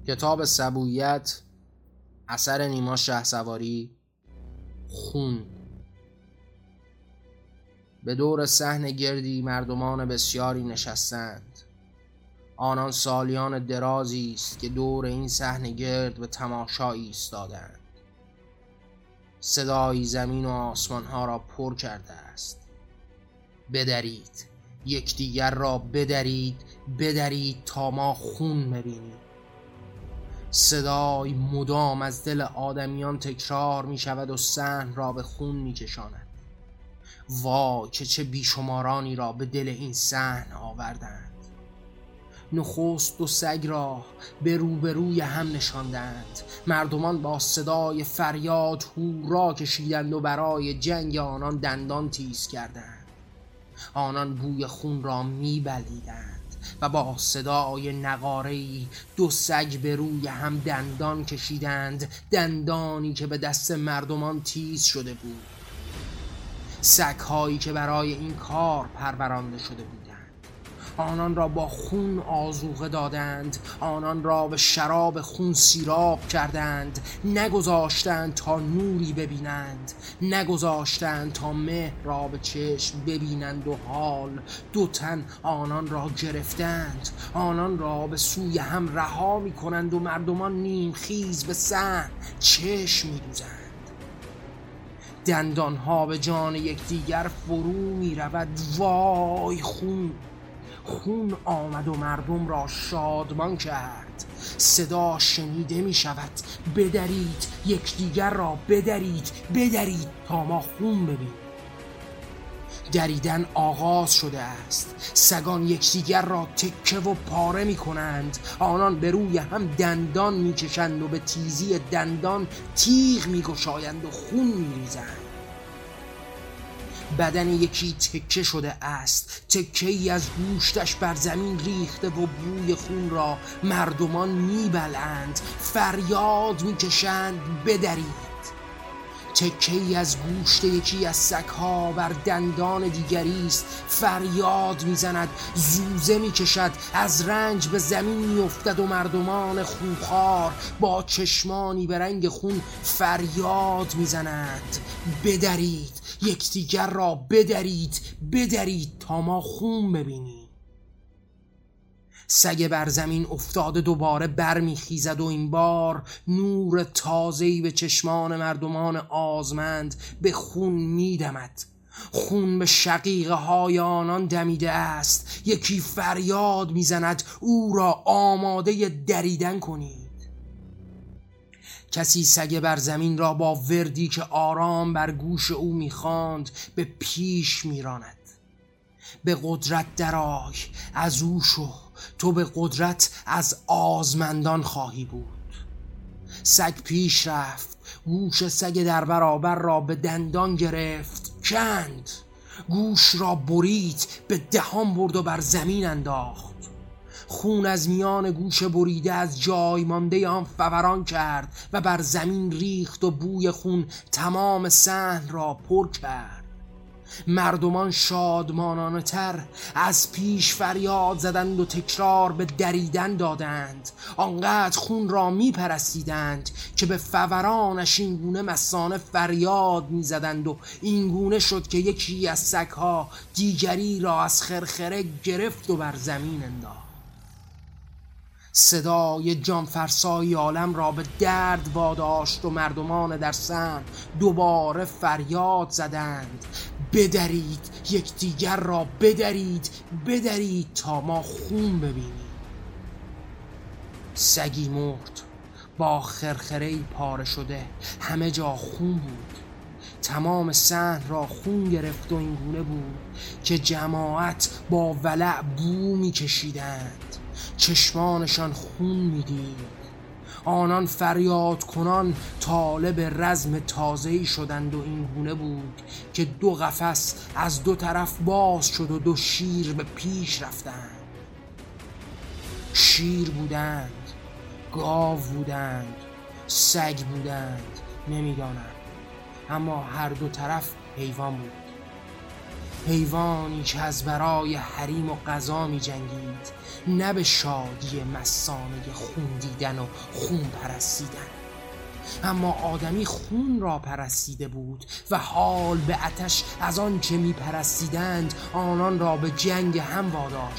کتاب سبویت، اثر نیما شهسواری. خون. به دور صحن گردی مردمان بسیاری نشستند. آنان سالیان درازی است که دور این صحن گرد به تماشا ایستادند. صدایی زمین و آسمانها را پر کرده است. بدرید، یکدیگر را بدرید، بدرید تا ما خون ببینیم. صدای مدام از دل آدمیان تکرار می شود و صحن را به خون می کشاند. وای که چه بیشمارانی را به دل این صحن آوردند. نخست دو سگ را به روبروی هم نشاندند. مردمان با صدای فریاد هورا کشیدند و برای جنگ آنان دندان تیز کردند. آنان بوی خون را می بلعیدند و با صدای نغاره‌ای دو سگ به روی هم دندان کشیدند، دندانی که به دست مردمان تیز شده بود، سگ‌هایی که برای این کار پرورانده شده بودند. آنان را با خون آذوقه دادند، آنان را به شراب خون سیراب کردند، نگذاشتند تا نوری ببینند، نگذاشتند تا مهر را به چشم ببینند و حال دو تن آنان را گرفتند، آنان را به سوی هم رها می کنند و مردمان نیم خیز به صحن چشم می دوزند. دندانها به جان یکدیگر فرو می رود. وای خون! خون آمد و مردم را شادمان کرد. صدا شنیده می شود: بدرید، یکدیگر را بدرید، بدرید تا ما خون ببینیم. دریدن آغاز شده است. سگان یکدیگر را تکه و پاره می کنند. آنان به روی هم دندان می کشند و به تیزی دندان تیغ می گشایند و خون می ریزند. بدن یکی تکه شده است. تکه ای از گوشتش بر زمین ریخته و بوی خون را مردمان می بلند، فریاد می کشند: بدرید. تکه ای از گوشت یکی از سگ‌ها بر دندان دیگری است، فریاد می‌زند، زوزه می‌کشد، از رنج به زمین می‌افتد و مردمان خونخوار با چشمانی به رنگ خون فریاد می‌زنند: بدرید، یکدیگر را بدرید، بدرید تا ما خون ببینیم. سگ بر زمین افتاده دوباره برمیخیزد و این بار نور تازه‌ای به چشمان مردمان آزمند به خون میدمد. خون به شقیقه های آنان دمیده است. یکی فریاد میزند: او را آماده دریدن کنید. کسی سگ بر زمین را با وردی که آرام بر گوش او میخواند به پیش میراند: به قدرت درآی، از او شو، تو به قدرت از آزمندان خواهی بود. سگ پیش رفت، گوش سگ در برابر را به دندان گرفت، کند، گوش را برید، به دهان برد و بر زمین انداخت. خون از میان گوش بریده از جای مانده آن فوران کرد و بر زمین ریخت و بوی خون تمام صحن را پر کرد. مردمان شادمانانه تر از پیش فریاد زدند و تکرار به دریدن دادند. آنقدر خون را می پرستیدند که به فورانش اینگونه مستانه فریاد می زدند و اینگونه شد که یکی از سگها دیگری را از خرخره گرفت و بر زمین انداخت. صدای جانفرسای عالم را به درد واداشت و مردمان در صحن دوباره فریاد زدند: بدرید، یکدیگر را بدرید، بدرید تا ما خون ببینیم. سگی مرد با خرخره‌ای پاره شده، همه جا خون بود. تمام صحن را خون گرفت و اینگونه بود که جماعت با ولع بو می کشیدند. چشمانشان خون می‌دید. آنان فریاد کنان طالب رزم تازه‌ای شدند و این گونه بود که دو قفس از دو طرف باز شد و دو شیر به پیش رفتند. شیر بودند، گاو بودند، سگ بودند، نمیدانم، اما هر دو طرف حیوان بود. حیوانی که از برای حریم و غذا می جنگید، نه به شادی مستانه خون دیدن و خون پرستیدن. اما آدمی خون را پرستیده بود و حال به آتش از آن که می پرستیدند آنان را به جنگ هم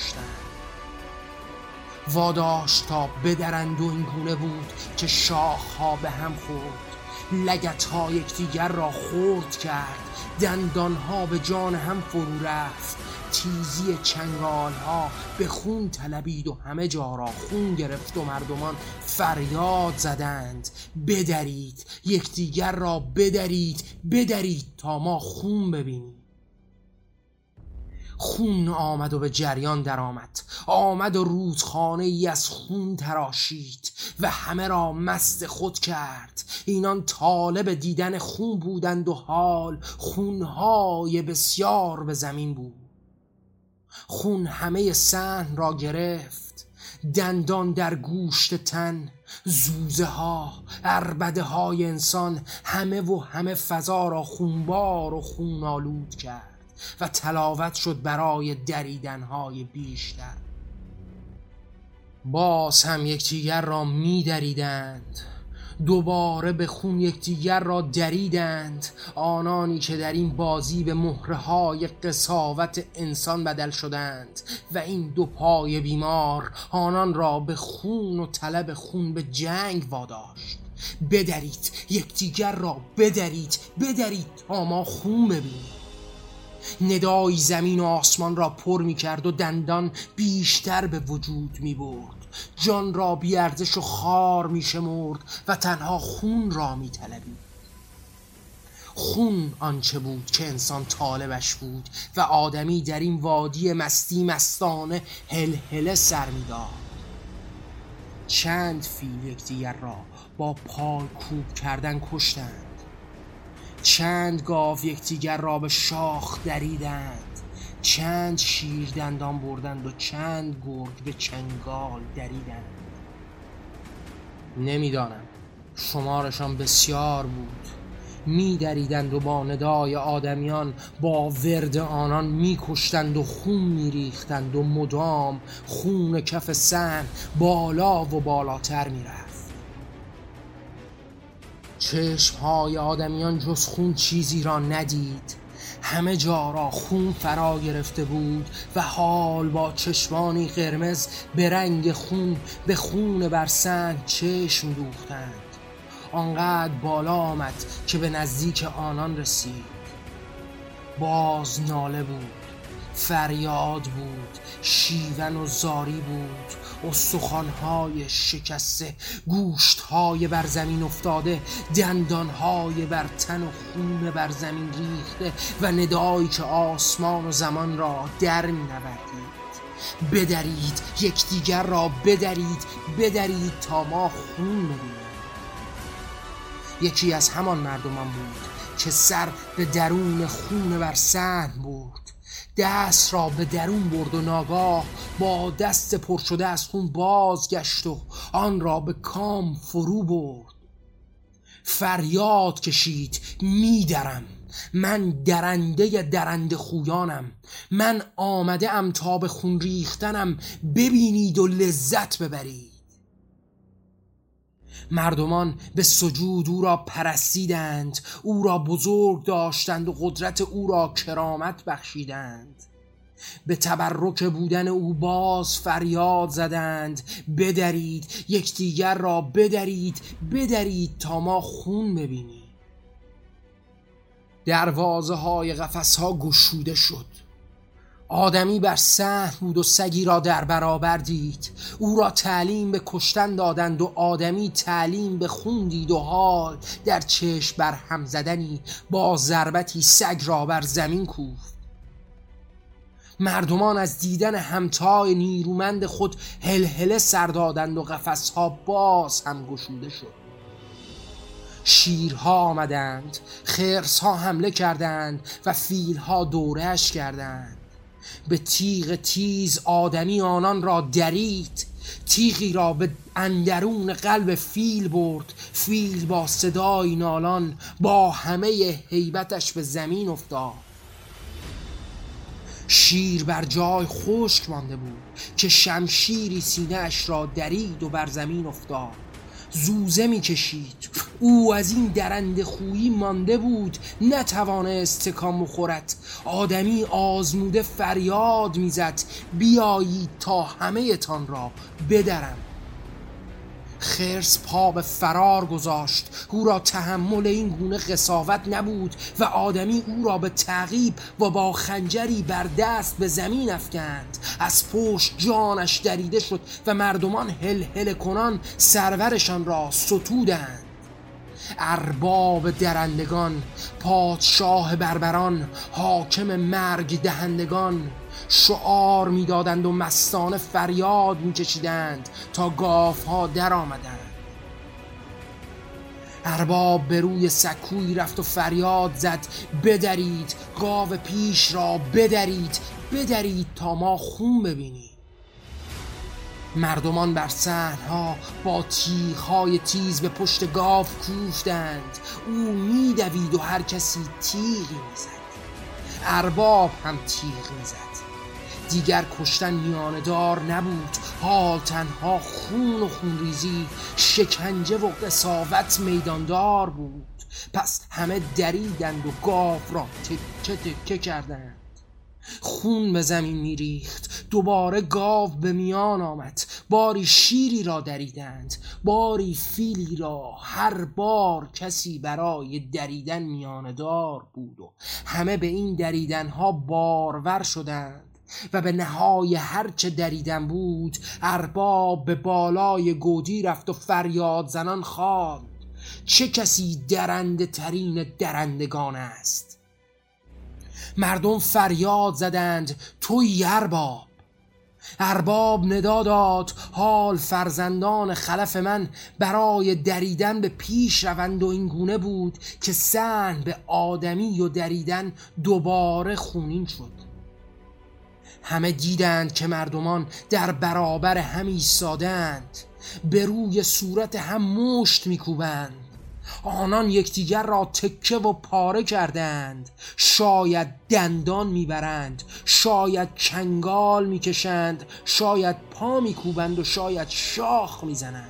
واداشت تا بدرند و این گونه بود که شاخها به هم خورد، لگدها یکدیگر را خرد کرد، دندانها به جان هم فرو رفت، تیزی چنگالها به خون طلبید و همه جا را خون گرفت و مردمان فریاد زدند بدرید، یکدیگر را بدرید تا ما خون ببینیم. خون آمد و به جریان در آمد و رودخانه ای از خون تراشید و همه را مست خود کرد. اینان طالب دیدن خون بودند و حال خونهای بسیار به زمین بود. خون همه صحن را گرفت، دندان در گوشت تن، زوزه ها، عربده های انسان، همه فضا را خونبار و خون آلود کرد و تلاوت شد برای دریدنهای بیشتر. باز هم یکدیگر را می دریدند، دوباره به خون یکدیگر را دریدند. آنانی که در این بازی به مهرهای قساوت انسان بدل شدند و این دو پای بیمار آنان را به خون و طلب خون به جنگ واداشت. بدرید، یکدیگر را بدرید تا ما خون ببینیم. ندایی زمین و آسمان را پر می کرد و دندان بیشتر به وجود می برد. جان را بی ارزش و خار می شمرد و تنها خون را می طلبید. خون آنچه بود که انسان طالبش بود و آدمی در این وادی مستی مستانه هلهله سر می داد. چند فیل یکدیگر را با پای کوب کردن کشتند، چند گاو یکدیگر را به شاخ دریدند، چند شیر دندان بردند و چند گرگ به چنگال دریدند. نمیدانم، شمارشان بسیار بود. می دریدند و با ندای آدمیان با ورد آنان می کشتند و خون می ریختند و مدام خون کف صحن بالا و بالاتر می رفت. چشمهای آدمیان جز خون چیزی را ندید. همه جا را خون فرا گرفته بود و حال با چشمانی قرمز به رنگ خون به خون بر صحن چشم دوختند. آنقدر بالا آمد که به نزدیک آنان رسید. باز ناله بود، فریاد بود، شیون و زاری بود، استخوان‌های شکسته، گوشت‌های بر زمین افتاده، دندان‌های بر تن و خون بر زمین ریخته و ندایی که آسمان و زمان را در می‌نوردید. بدرید، یکدیگر را بدرید تا ما خون ببینیم. یکی از همان مردمان بود که سر به درون خون بر صحن برد، دست را به درون برد و ناگاه با دست پر شده از خون بازگشت و آن را به کام فرو برد. فریاد کشید میدرم، من درنده خویانم، من آمده ام تا به خون ریختنم ببینید و لذت ببرید. مردمان به سجود او را پرستیدند، او را بزرگ داشتند و قدرت او را کرامت بخشیدند. به تبرک بودن او باز فریاد زدند بدرید، یکدیگر را بدرید تا ما خون ببینیم. دروازه های قفس ها گشوده شد. آدمی بر صحن بود و سگی را در برابر دید. او را تعلیم به کشتن دادند و آدمی تعلیم به خون دید و حال در چشم بر هم زدنی با ضربتی سگ را بر زمین کوفت. مردمان از دیدن همتای نیرومند خود هلهله سر دادند و قفس‌ها باز هم گشوده شد. شیرها آمدند، خرس‌ها حمله کردند و فیل‌ها دوره‌اش کردند. به تیغ تیز آدمی آنان را درید، تیغی را به اندرون قلب فیل برد. فیل با صدای نالان با همه هیبتش به زمین افتاد. شیر بر جای خشک مانده بود که شمشیری سینه اش را درید و بر زمین افتاد. زوزه می کشید، او از این درنده خویی مانده بود نتوانست تکان بخورد. آدمی آزموده فریاد میزد بیایید تا همه تان را بدرم. خرس پا به فرار گذاشت، او را تحمل این گونه قساوت نبود و آدمی او را به تعقیب و با خنجری بر دست به زمین افکند. از پشت جانش دریده شد و مردمان هل کنان سرورشان را ستودند. ارباب درندگان، پادشاه بربران، حاکم مرگ دهندگان شعار میدادند و مستانه فریاد میکشیدند تا گاوها در آمدند. ارباب به روی سکوی رفت و فریاد زد بدرید گاو پیش را، بدرید تا ما خون ببینیم. مردمان بر صحن‌ها با تیغ‌های تیز به پشت گاو کوفتند. او می‌دوید و هر کسی تیغی می‌زد. ارباب هم تیغ می‌زد. دیگر کشتن میانه‌دار نبود، حال تنها خون و خونریزی، شکنجه و قساوت میداندار بود. پس همه دریدند و گاو را تکه کردند. خون به زمین میریخت. دوباره گاو به میان آمد. باری شیری را دریدند، باری فیلی را. هر بار کسی برای دریدن میانه‌دار بود و همه به این دریدنها بارور شدند و به نهای هرچه دریدن بود ارباب به بالای گودی رفت و فریاد زنان خواند چه کسی درنده ترین درندگان است؟ مردم فریاد زدند تویی ارباب. ارباب ندا داد حال فرزندان خلف من برای دریدن به پیش روند و این گونه بود که صحن به آدمی و دریدن دوباره خونین شد. همه دیدند که مردمان در برابر هم ایستادند، به روی صورت هم مشت میکوبند. آنان یکدیگر را تکه و پاره کردند. شاید دندان میبرند، شاید چنگال میکشند، شاید پا میکوبند و شاید شاخ میزنند.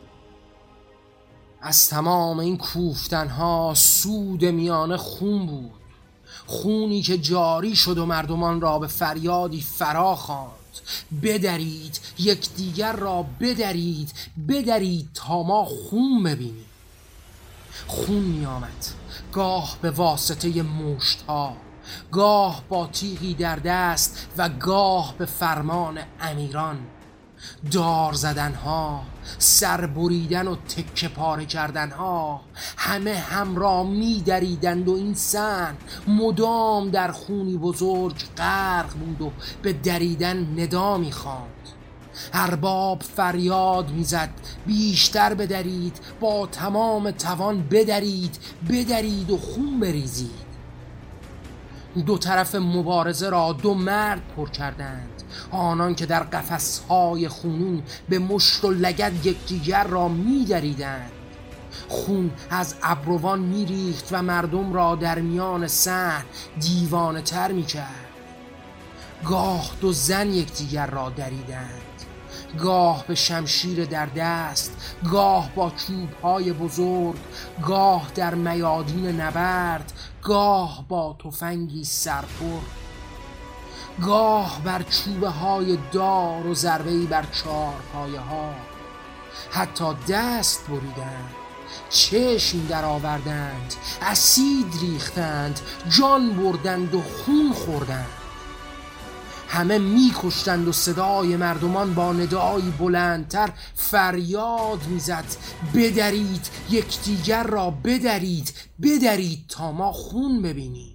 از تمام این کوفتنها سود میانه خون بود، خونی که جاری شد و مردمان را به فریادی فرا خواند بدرید یکدیگر را، بدرید تا ما خون ببینیم. خون می آمد، گاه به واسطه مشت‌ها، گاه با تیغی در دست و گاه به فرمان امیران. دار زدنها، سر بریدن و تکه پاره کردنها، همه هم را می دریدند و این صحن مدام در خونی بزرگ غرق بود و به دریدن ندا می خواند. ارباب فریاد میزد بیشتر بدرید، با تمام توان بدرید و خون بریزید. دو طرف مبارزه را دو مرد پر کردند، آنان که در قفس‌های خونین به مشت و لگد یکدیگر را می‌دریدند. خون از ابروان می‌ریخت و مردم را در میان صحن دیوانه تر می‌کرد. گاه دو زن یکدیگر را دریدند، گاه به شمشیر در دست، گاه با چوب‌های بزرگ، گاه در میادین نبرد، گاه با تفنگی سرپر، گاه بر چوب‌های دار و ضربه‌ای بر چارپایه‌ها. حتی دست بریدند، چشم در آوردند، اسید ریختند، جان بردند و خون خوردند. همه می‌کشتند و صدای مردمان با ندایی بلندتر فریاد می‌زد بدرید یکدیگر را، بدرید تا ما خون ببینیم.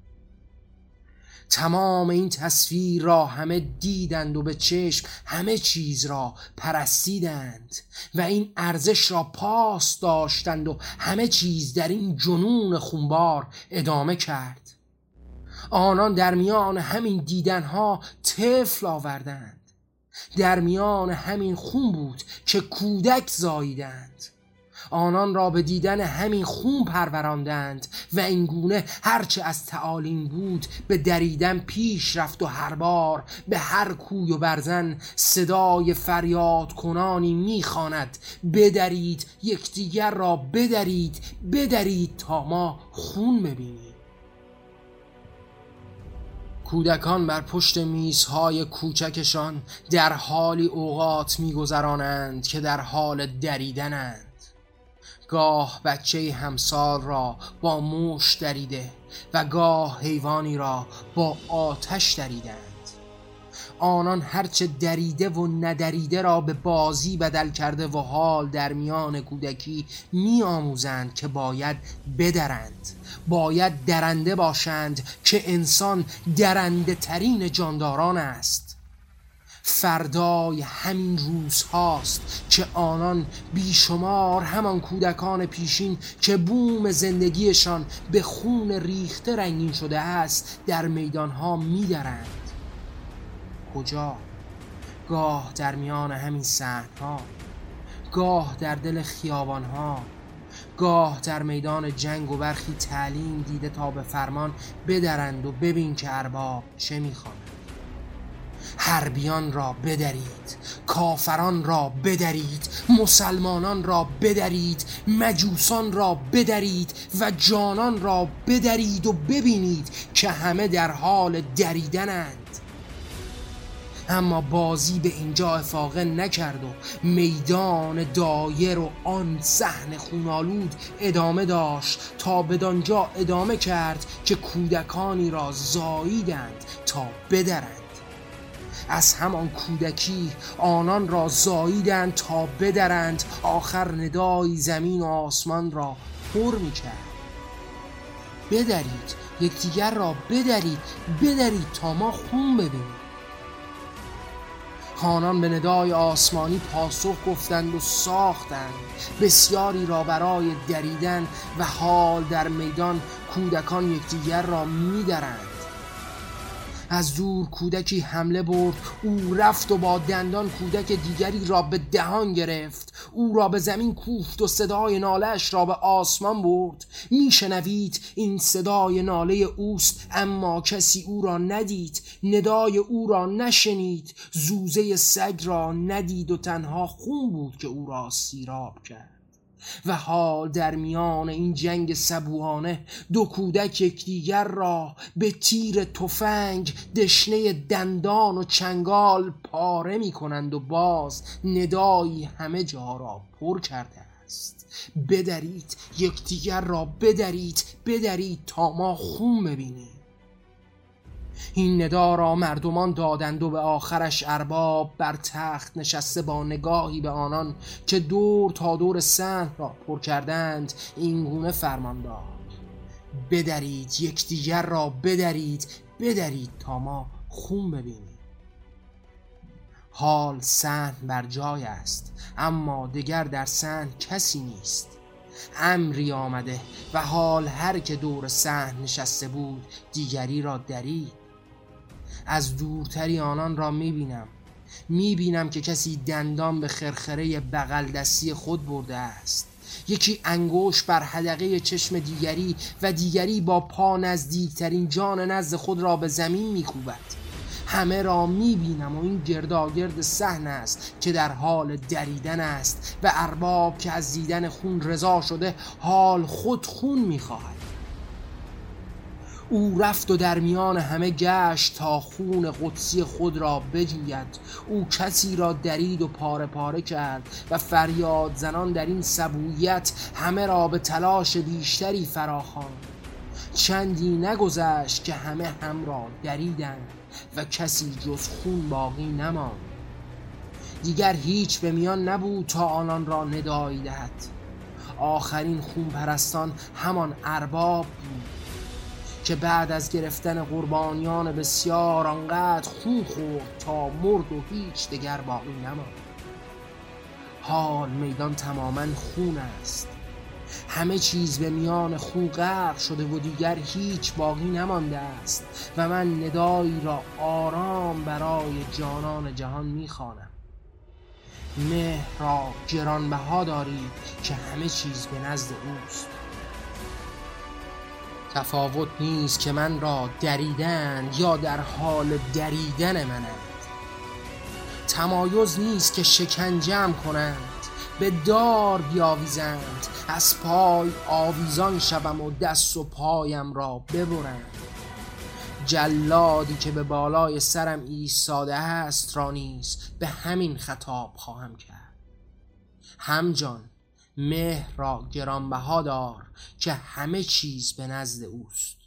تمام این تصویر را همه دیدند و به چشم همه چیز را پرستیدند و این ارزش را پاس داشتند و همه چیز در این جنون خونبار ادامه کرد. آنان در میان همین دیدنها طفل آوردند، در میان همین خون بود که کودک زاییدند. آنان را به دیدن همین خون پروراندند و اینگونه هرچه از تعالیم بود به دریدن پیش رفت و هر بار به هر کوی و برزن صدای فریاد کنانی میخواند بدرید یکدیگر را بدرید، بدرید تا ما خون ببینیم. کودکان بر پشت میزهای کوچکشان در حالی اوقات می‌گذرانند که در حال دریدنند. گاه بچه همسال را با مشت دریده و گاه حیوانی را با آتش دریدند. آنان هرچه دریده و ندریده را به بازی بدل کرده و حال در میان کودکی می آموزند که باید بدرند، باید درنده باشند که انسان درنده ترین جانداران است. فردای همین روز هاست که آنان بیشمار همان کودکان پیشین که بوم زندگیشان به خون ریخته رنگین شده است در میدانها می درند. کجا؟ گاه در میان همین صحن‌ها، گاه در دل خیابان‌ها، گاه در میدان جنگ و برخی تعلیم دیده تا به فرمان بدرند و ببین که ارباب چه می‌خواند. حربیان را بدرید، کافران را بدرید، مسلمانان را بدرید، مجوسان را بدرید و جانان را بدرید و ببینید که همه در حال دریدنند. اما بازی به اینجا افاقه نکرد و میدان دایر و آن صحن خونالود ادامه داشت تا بدانجا ادامه کرد که کودکانی را زاییدند تا بدرند. از همان کودکی آنان را زاییدند تا بدرند. آخر ندای زمین و آسمان را پر می کرد. بدرید، یکدیگر را بدرید، بدرید تا ما خون ببینیم. آنان به ندای آسمانی پاسخ گفتند و ساختند بسیاری را برای دریدن و حال در میدان کودکان یکدیگر را می‌درند. از دور کودکی حمله برد، او رفت و با دندان کودک دیگری را به دهان گرفت، او را به زمین کوفت و صدای ناله‌اش را به آسمان برد. میشنوید این صدای ناله اوست، اما کسی او را ندید، ندای او را نشنید، زوزه سگ را ندید و تنها خون بود که او را سیراب کرد. و حال در میان این جنگ صبوحانه دو کودک یکدیگر را به تیر تفنگ، دشنه دندان و چنگال پاره می کنند و باز ندایی همه جا را پر کرده است. بدرید، یکدیگر را بدرید، بدرید تا ما خون ببینیم. این ندا را مردمان دادند و به آخرش ارباب بر تخت نشسته با نگاهی به آنان که دور تا دور صحن را پر کردند این گونه فرمان داد: بدرید، یکدیگر را بدرید، بدرید تا ما خون ببینیم. حال صحن بر جای است، اما دیگر در صحن کسی نیست. امری آمده و حال هر که دور صحن نشسته بود دیگری را درید. از دورتری آنان را میبینم که کسی دندان به خرخره بغل دستی خود برده است، یکی انگوش بر حدقه چشم دیگری و دیگری با پا نزدیکترین جان نزد خود را به زمین میکوبد. همه را میبینم و این گرداگرد صحن است که در حال دریدن است و ارباب که از دیدن خون رضا شده حال خود خون میخواهد. او رفت و در میان همه گشت تا خون قدسی خود را بجوید. او کسی را درید و پاره پاره کرد و فریاد زنان در این سبویت همه را به تلاش بیشتری فراخواند. چندی نگذشت که همه هم را دریدند و کسی جز خون باقی نماند. دیگر هیچ به میان نبود تا آنان را ندایی دهد. آخرین خون پرستان همان ارباب بود که بعد از گرفتن قربانیان بسیار آنقدر خون خورد تا مرد و هیچ دیگر باقی نماند. حال میدان تماما خون است، همه چیز به میان خون غرق شده و دیگر هیچ باقی نمانده است و من ندایی را آرام برای جانان جهان میخوانم. مهر را گرانبها دارید که همه چیز به نزد اوست. تفاوت نیست که من را دریدن یا در حال دریدن منند. تمایز نیست که شکنجه‌ام کنند، به دار بیاویزند، از پای آویزان شوم و دست و پایم را ببرند. جلادی که به بالای سرم ایستاده است را نیز به همین خطاب خواهم کرد: همجان، مهر را گرانبها دار که همه چیز به نزد اوست.